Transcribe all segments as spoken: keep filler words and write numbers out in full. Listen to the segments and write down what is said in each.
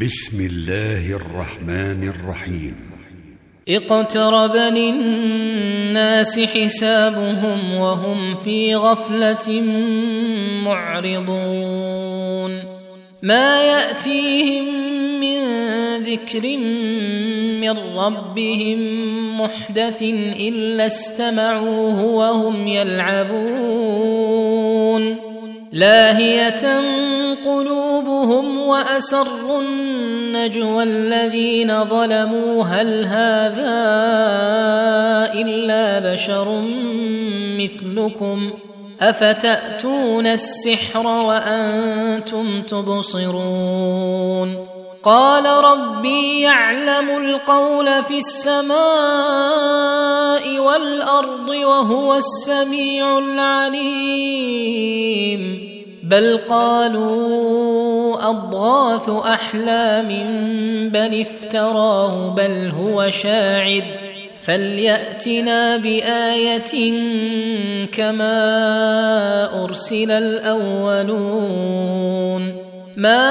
بسم الله الرحمن الرحيم. اقترب للناس حسابهم وهم في غفلة معرضون ما يأتيهم من ذكر من ربهم محدث إلا استمعوه وهم يلعبون لاهية قلوبهم وأسروا النجوى الذين ظلموا هل هذا إلا بشر مثلكم أفتأتون السحر وأنتم تبصرون قال ربي يعلم القول في السماء والأرض وهو السميع العليم بل قالوا أضغاث أحلام بل افتراه بل هو شاعر فليأتنا بآية كما أرسل الأولون ما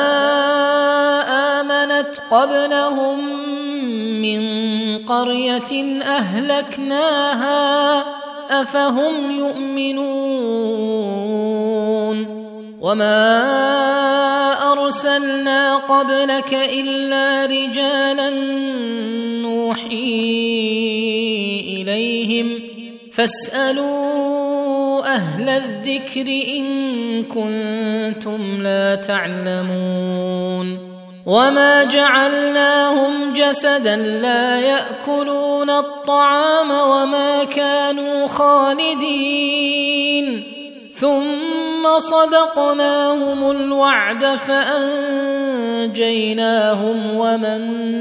آمنت قبلهم من قرية أهلكناها أفهم يؤمنون وما أرسلنا قبلك إلا رجالا نوحي إليهم فاسألوا أهل الذكر إن كنتم لا تعلمون وما جعلناهم جسدا لا يأكلون الطعام وما كانوا خالدين ثم صدقناهم الوعد فأنجيناهم ومن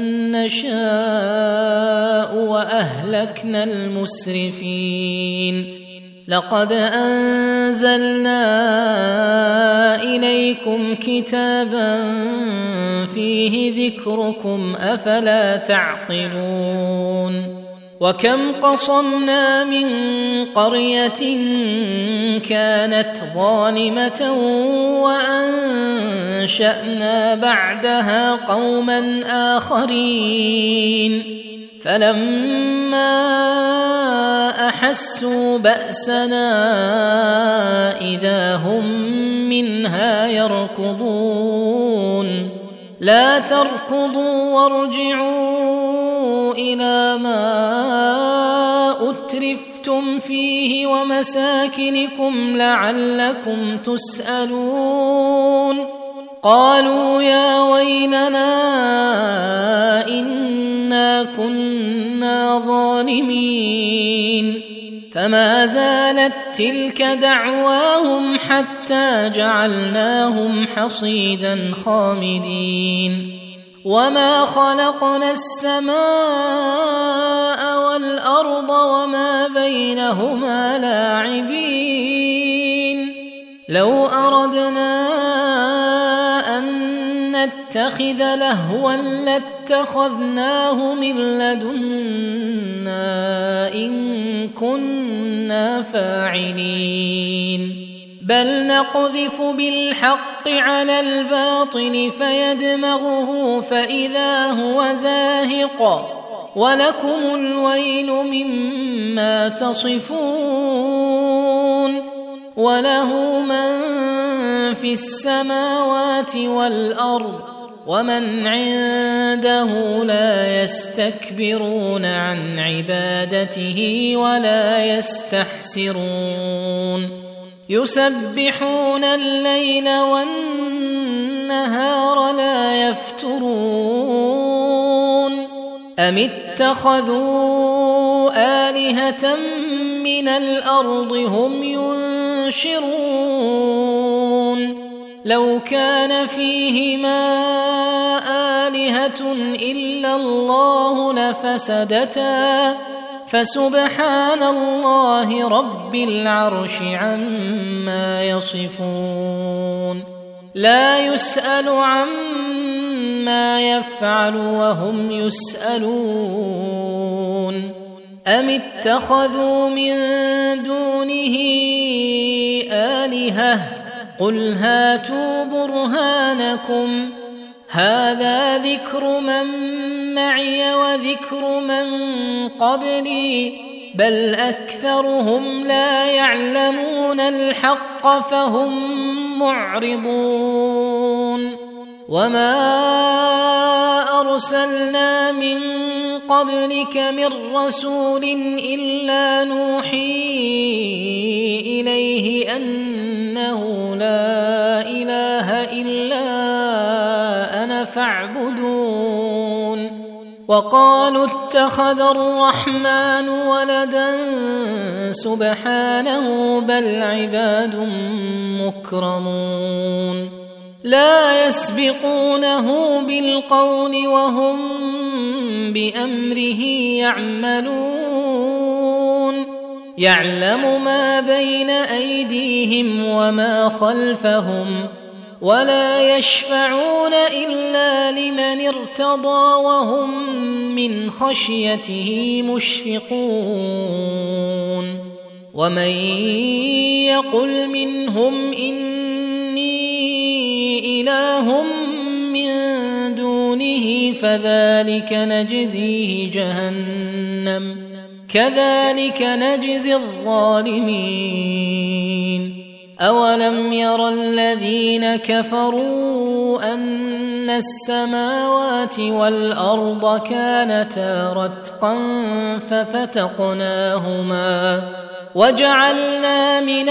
نشاء وأهلكنا المسرفين لقد أنزلنا إليكم كتابا فيه ذكركم أفلا تعقلون وكم قصمنا من قرية كانت ظالمة وأنشأنا بعدها قوما آخرين فلما أحسوا بأسنا إذا هم منها يركضون لا تركضوا وارجعوا إلى ما أترفتم فيه ومساكنكم لعلكم تسألون قالوا يا ويلنا إنا كنا ظالمين فما زالت تلك دعواهم حتى جعلناهم حصيدا خامدين وما خلقنا السماء والأرض وما بينهما لاعبين لو أردنا أن نتخذ لهوا لاتخذناه من لدنا إن كنا فاعلين بل نقذف بالحق على الباطل فيدمغه فإذا هو زاهق ولكم الويل مما تصفون وله من في السماوات والأرض ومن عنده لا يستكبرون عن عبادته ولا يستحسرون يسبحون الليل والنهار لا يفترون أم اتخذوا آلهة من الأرض هم ينشرون لو كان فيهما آلهة إلا الله لفسدتا فسبحان الله رب العرش عما يصفون لا يسأل عما يفعل وهم يسألون أم اتخذوا من دونه آلهة قل هاتوا برهانكم هذا ذكر من معي وذكر من قبلي بل أكثرهم لا يعلمون الحق فهم معرضون وما أرسلنا من قبلك من رسول إلا نوحي إليه أنه لا إله إلا أنا فاعبدون وقالوا اتخذ الرحمن ولدا سبحانه بل عباد مكرمون لا يسبقونه بالقول وهم بأمره يعملون يعلم ما بين أيديهم وما خلفهم ولا يشفعون إلا لمن ارتضى وهم من خشيته مشفقون ومن يقل منهم إني إله من دونه فذلك نجزيه جهنم كذلك نجزي الظالمين أولم ير الذين كفروا أن السماوات والأرض كانتا رتقا ففتقناهما وجعلنا من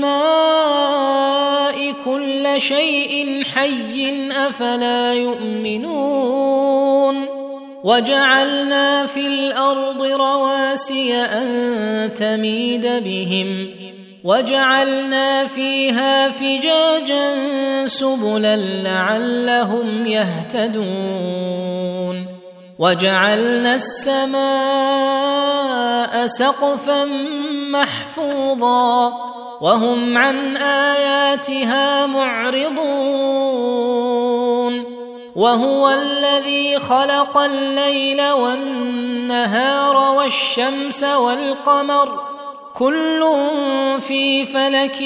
الماء كل شيء حي أفلا يؤمنون وجعلنا في الأرض رواسي أن تميد بهم وجعلنا فيها فجاجا سبلا لعلهم يهتدون وجعلنا السماء سقفا محفوظا وهم عن آياتها معرضون وهو الذي خلق الليل والنهار والشمس والقمر كل في فلك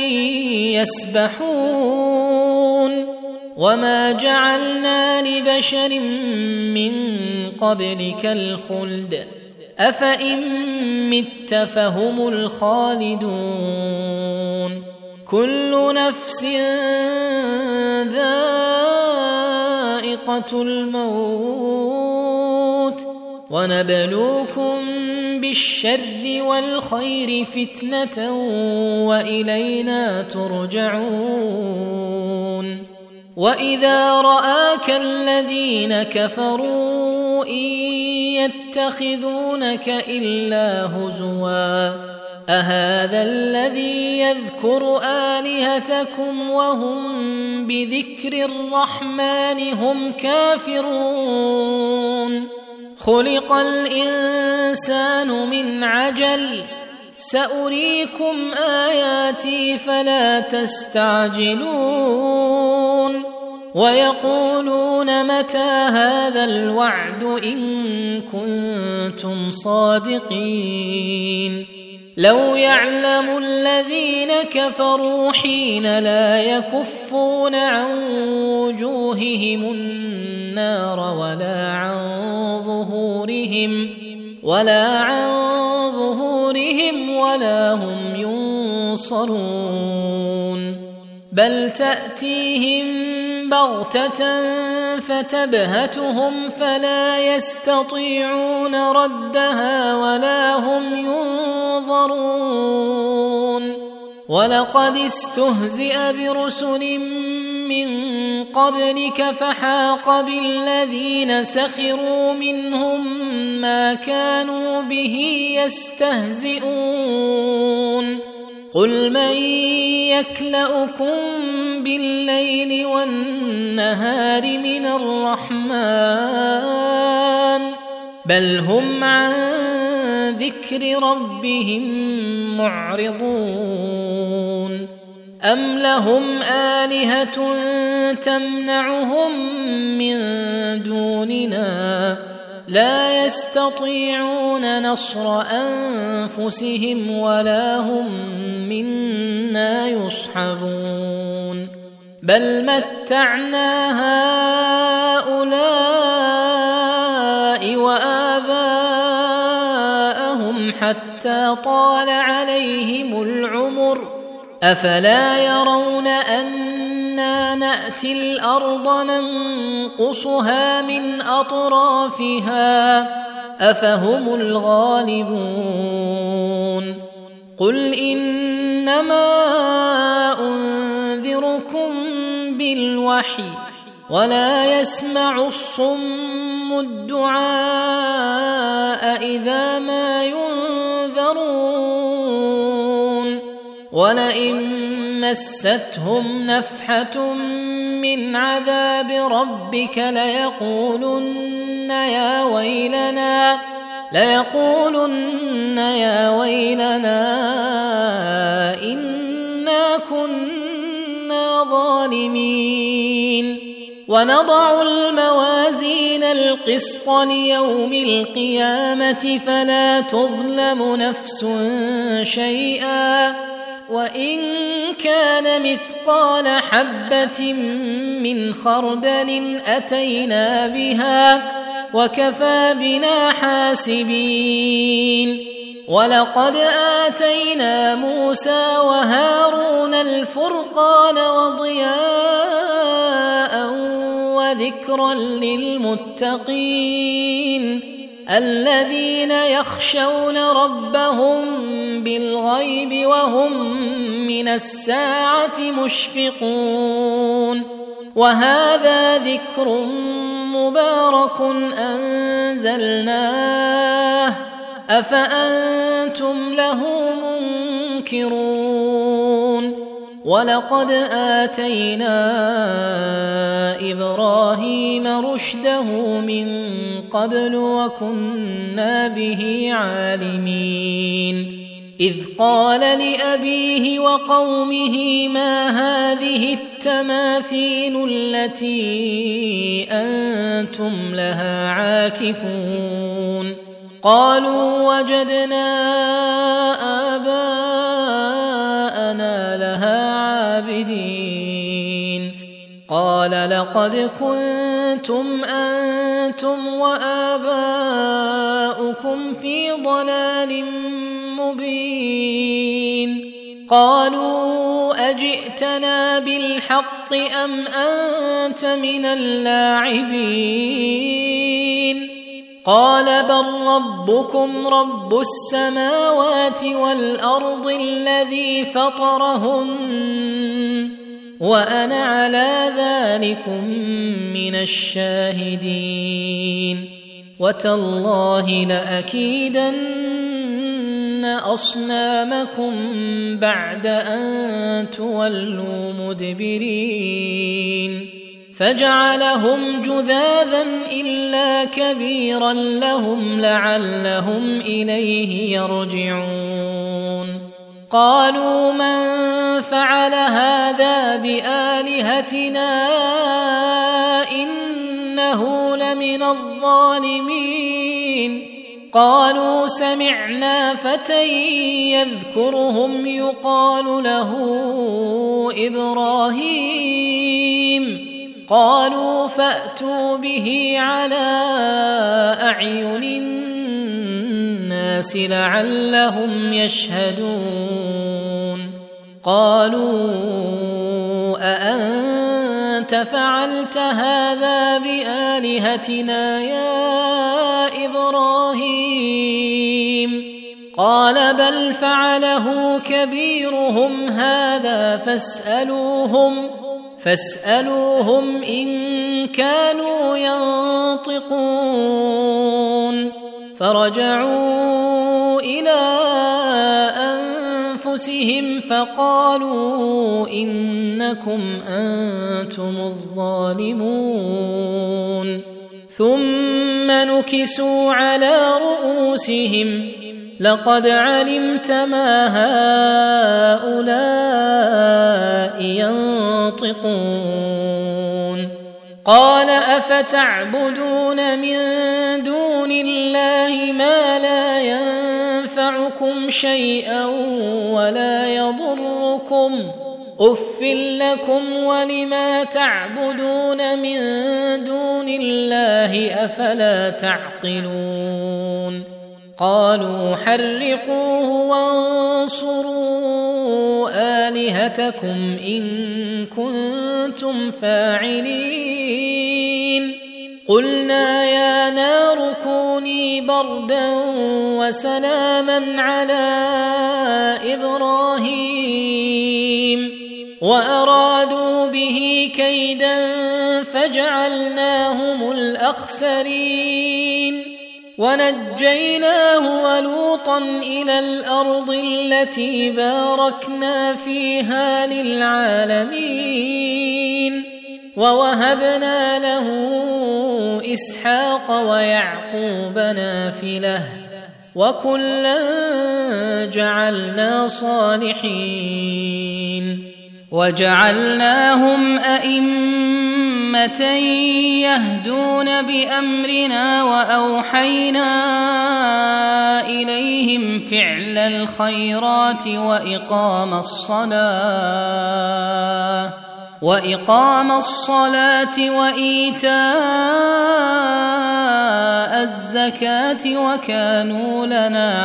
يسبحون وما جعلنا لبشر من قبلك الخلد أفإن مت فهم الخالدون كل نفس ذائقة الموت ونبلوكم بالشر والخير فتنة وإلينا ترجعون وإذا رآك الذين كفروا إن يتخذونك إلا هزوا أهذا الذي يذكر آلهتكم وهم بذكر الرحمن هم كافرون خلق الإنسان من عجل سأريكم آياتي فلا تستعجلون ويقولون متى هذا الوعد إن كنتم صادقين لو يعلم الذين كفروا حين لا يكفون عن وجوههم النار ولا عن ظهورهم ولا عن ظهورهم ولا هم ينصرون بل تأتيهم بغتة فتبهتهم فلا يستطيعون ردها ولا هم ينظرون ولقد استهزئ برسل من قبلك فحاق بالذين سخروا منهم ما كانوا به يستهزئون قل من يكلؤكم بالليل والنهار من الرحمن بل هم عن ذكر ربهم معرضون أم لهم آلهة تمنعهم من دوننا لا يستطيعون نصر أنفسهم ولا هم منا يصحبون بل متعنا هؤلاء وآباءهم حتى طال عليهم العمر أفلا يرون أنا نأتي الأرض ننقصها من أطرافها أفهم الغالبون قل إنما أنذركم بالوحي ولا يسمع الصم الدعاء إذا ما ينذرون ولئن مستهم نفحة من عذاب ربك ليقولن يا ويلنا ليقولن يا ويلنا إنا كنا ظالمين ونضع الموازين القسط ليوم القيامة فلا تظلم نفس شيئا وإن كان مثقال حبة من خردل أتينا بها وكفى بنا حاسبين ولقد آتينا موسى وهارون الفرقان وضياء وذكرا للمتقين الذين يخشون ربهم بالغيب وهم من الساعة مشفقون وهذا ذكر مبارك أنزلناه أفأنتم له منكرون ولقد آتينا إبراهيم رشده من قبل وكنا به عالمين إذ قال لأبيه وقومه ما هذه التماثيل التي أنتم لها عاكفون قالوا وجدنا آباءنا لها عابدين قال لقد كنتم أنتم وآباؤكم في ضلال مبين قالوا أجئتنا بالحق أم أنت من اللاعبين قال بل ربكم رب السماوات والأرض الذي فطرهن وأنا على ذلكم من الشاهدين وتالله لأكيدن أصنامكم بعد أن تولوا مدبرين فجعلهم جذاذا إلا كبيرا لهم لعلهم إليه يرجعون قالوا من فعل هذا بآلهتنا إنه لمن الظالمين قالوا سمعنا فتى يذكرهم يقال له إبراهيم قالوا فأتوا به على أعين الناس لعلهم يشهدون قالوا أأنت فعلت هذا بآلهتنا يا إبراهيم قال بل فعله كبيرهم هذا فاسألوهم فاسألوهم إن كانوا ينطقون فرجعوا إلى أنفسهم فقالوا إنكم أنتم الظالمون ثم نكسوا على رؤوسهم لقد علمت ما هؤلاء ينطقون قال أفتعبدون من دون الله ما لا ينفعكم شيئا ولا يضركم أف لكم ولما تعبدون من دون الله أفلا تعقلون قالوا حرقوه وانصروا آلهتكم إن كنتم فاعلين قلنا يا نار كوني بردا وسلاما على إبراهيم وأرادوا به كيدا فجعلناهم الأخسرين ونجيناه ولوطا إلى الأرض التي باركنا فيها للعالمين ووهبنا له إسحاق ويعقوب نافلة وكلا جعلنا صالحين وجعلناهم أئمة يهدون بأمرنا وأوحينا إليهم فعل الخيرات وإقام الصلاة وإقام الصلاة وإيتاء الزكاة وكانوا لنا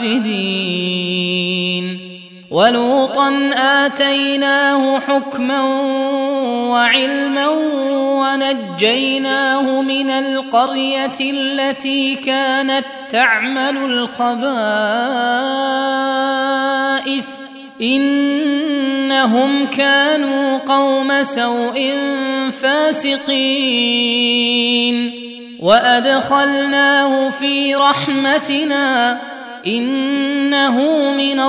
عابدين ولوطا آتيناه حكما وعلما ونجيناه من القرية التي كانت تعمل الخبائث إنهم كانوا قوم سوء فاسقين وأدخلناه في رحمتنا إنه من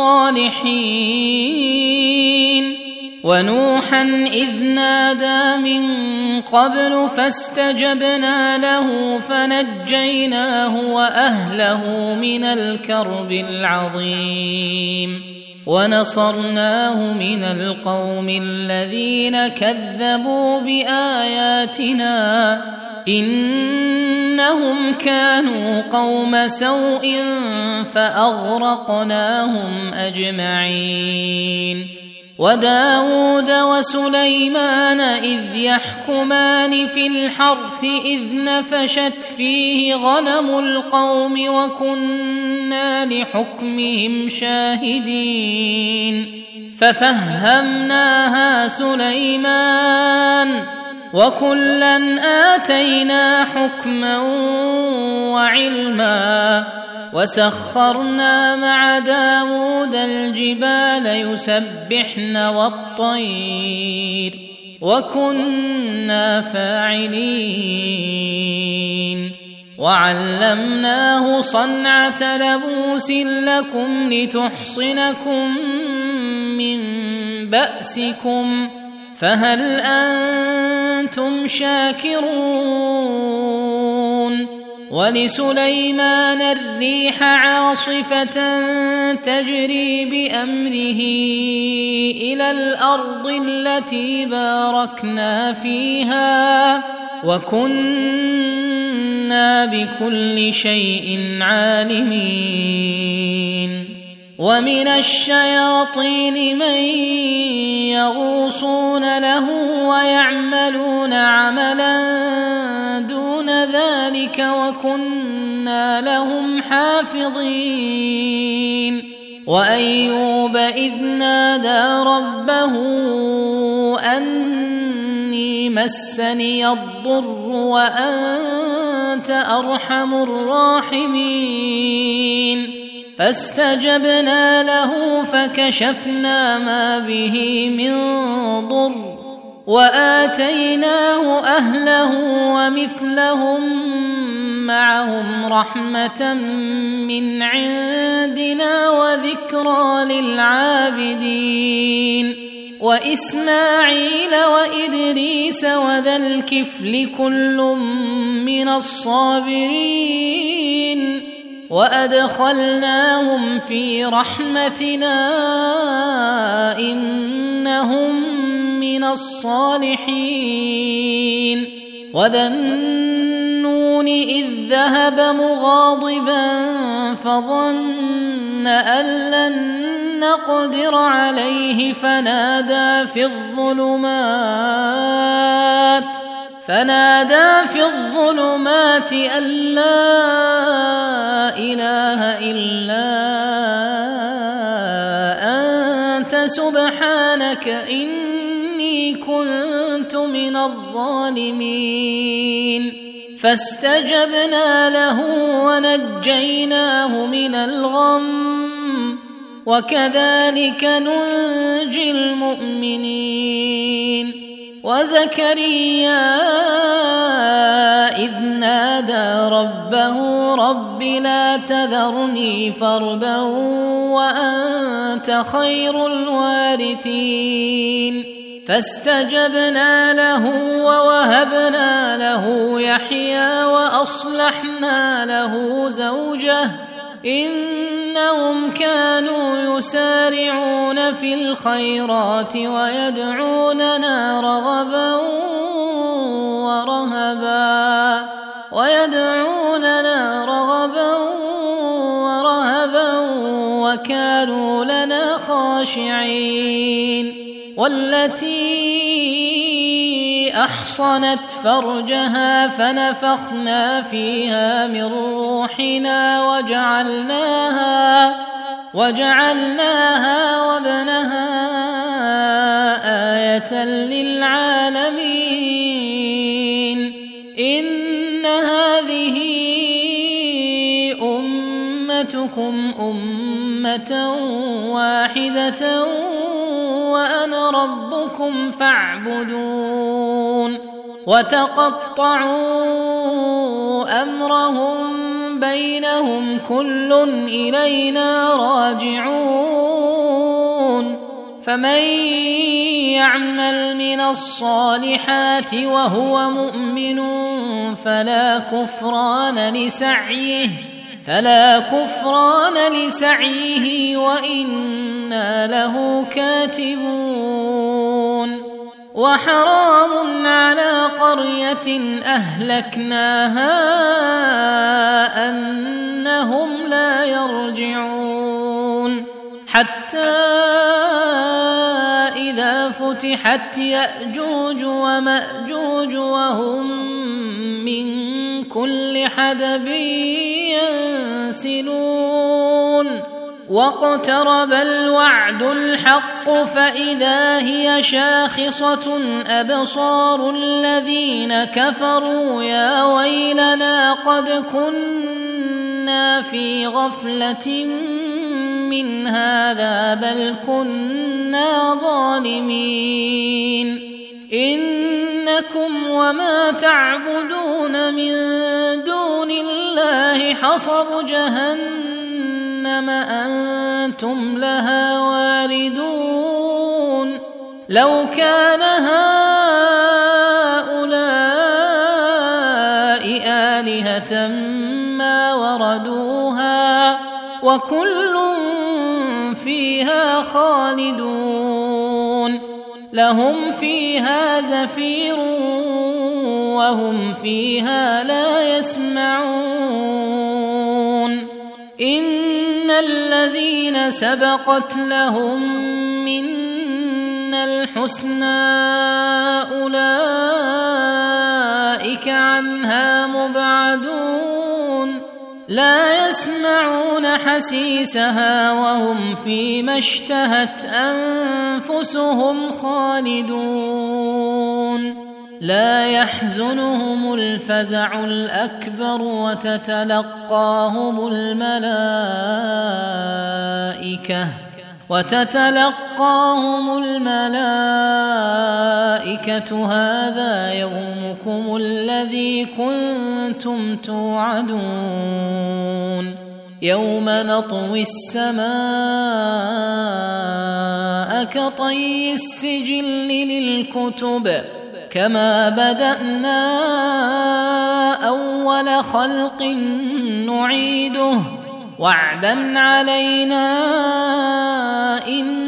الصالحين ونوحا إذ نادى من قبل فاستجبنا له فنجيناه وأهله من الكرب العظيم ونصرناه من القوم الذين كذبوا بآياتنا إنهم كانوا قوم سوء فأغرقناهم أجمعين وداود وسليمان إذ يحكمان في الحرث إذ نفشت فيه غنم القوم وكنا لحكمهم شاهدين ففهمناها سليمان وكلا آتينا حكما وعلما وسخرنا مع داود الجبال يسبحن والطير وكنا فاعلين وعلمناه صنعة لبوس لكم لتحصنكم من بأسكم فهل أنتم شاكرون ولسليمان الريح عاصفة تجري بأمره إلى الأرض التي باركنا فيها وكنا بكل شيء عالمين ومن الشياطين من يغوصون له ويعملون عملا دون ذلك وكنا لهم حافظين وأيوب إذ نادى ربه أني مسني الضر وأنت أرحم الراحمين فاستجبنا له فكشفنا ما به من ضر وآتيناه أهله ومثلهم معهم رحمة من عندنا وذكرى للعابدين وإسماعيل وإدريس وذا الكفل كل من الصابرين وأدخلناهم في رحمتنا إنهم من الصالحين وذا النون إذ ذهب مغاضبا فظن أن لن نقدر عليه فنادى في الظلمات فنادى في الظلمات أن لا إله إلا أنت سبحانك إني كنت من الظالمين فاستجبنا له ونجيناه من الغم وكذلك ننجي المؤمنين وزكريا إذ نادى ربه رب لا تذرني فردا وأنت خير الوارثين فاستجبنا له ووهبنا له يحيى وأصلحنا له زوجه إنهم كانوا يسارعون في الخيرات ويدعوننا رغبا ورهبا ويدعوننا رغبا ورهبا وكانوا لنا خاشعين والتي أحصنت فرجها فنفخنا فيها من روحنا وجعلناها وجعلناها وابنها آية للعالمين إن هذه أمتكم أمة واحدة وأنا ربكم فاعبدون وتقطعوا أمرهم بينهم كل إلينا راجعون فمن يعمل من الصالحات وهو مؤمن فلا كفران لسعيه فلا كفران لسعيه وإنا له كاتبون وحرام على قرية أهلكناها أنهم لا يرجعون حتى إذا فتحت يأجوج ومأجوج وهم من كل حدب ينسلون واقترب الوعد الحق فإذا هي شاخصة أبصار الذين كفروا يا ويلنا قد كنا في غفلة من هذا بل كنا ظالمين إنكم وما تعبدون من دون الله حصب جهنم أنتم لها واردون لو كان هؤلاء آلهة ما وردوها وكل فيها خالدون لهم فيها زفير وهم فيها لا يسمعون إن الذين سبقت لهم منا الحسنى أولئك عنها مبعدون لا يسمعون حسيسها وهم فيما اشتهت أنفسهم خالدون لا يحزنهم الفزع الأكبر وتتلقاهم الملائكة وتتلقاهم الملائكة هذا يومكم الذي كنتم توعدون يوم نطوي السماء كطي السجل للكتب كما بدأنا أول خلق نعيده وعدا علينا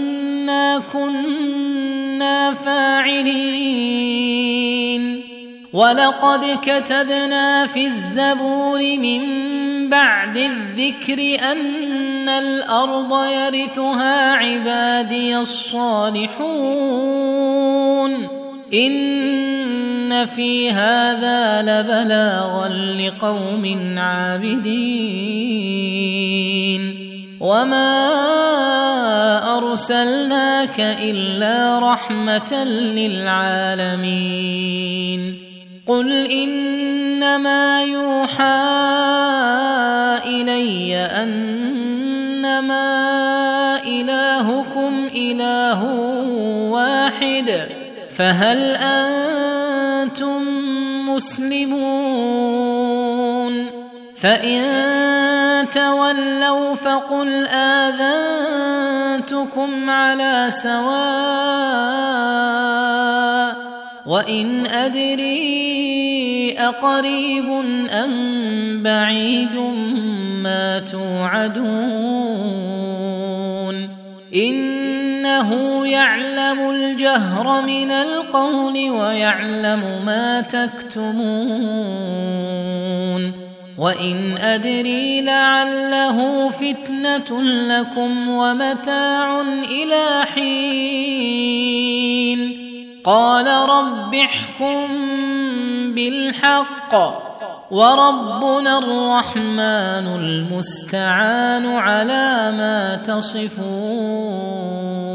إنا كنا فاعلين ولقد كتبنا في الزبور من بعد الذكر أن الأرض يرثها عبادي الصالحون إن في هذا لبلاغا لقوم عابدين وما أرسلناك إلا رحمة للعالمين قل إنما يوحى إلي أنما إلهكم إله واحد فهل أنتم مسلمون فإن تولوا فقل آذنتكم على سواء وإن أدري أقريب أم بعيد ما توعدون إنه يعلم الجهر من القول ويعلم ما تكتمون وإن أدري لعله فتنة لكم ومتاع إلى حين قال رب احكم بالحق وربنا الرحمن المستعان على ما تصفون.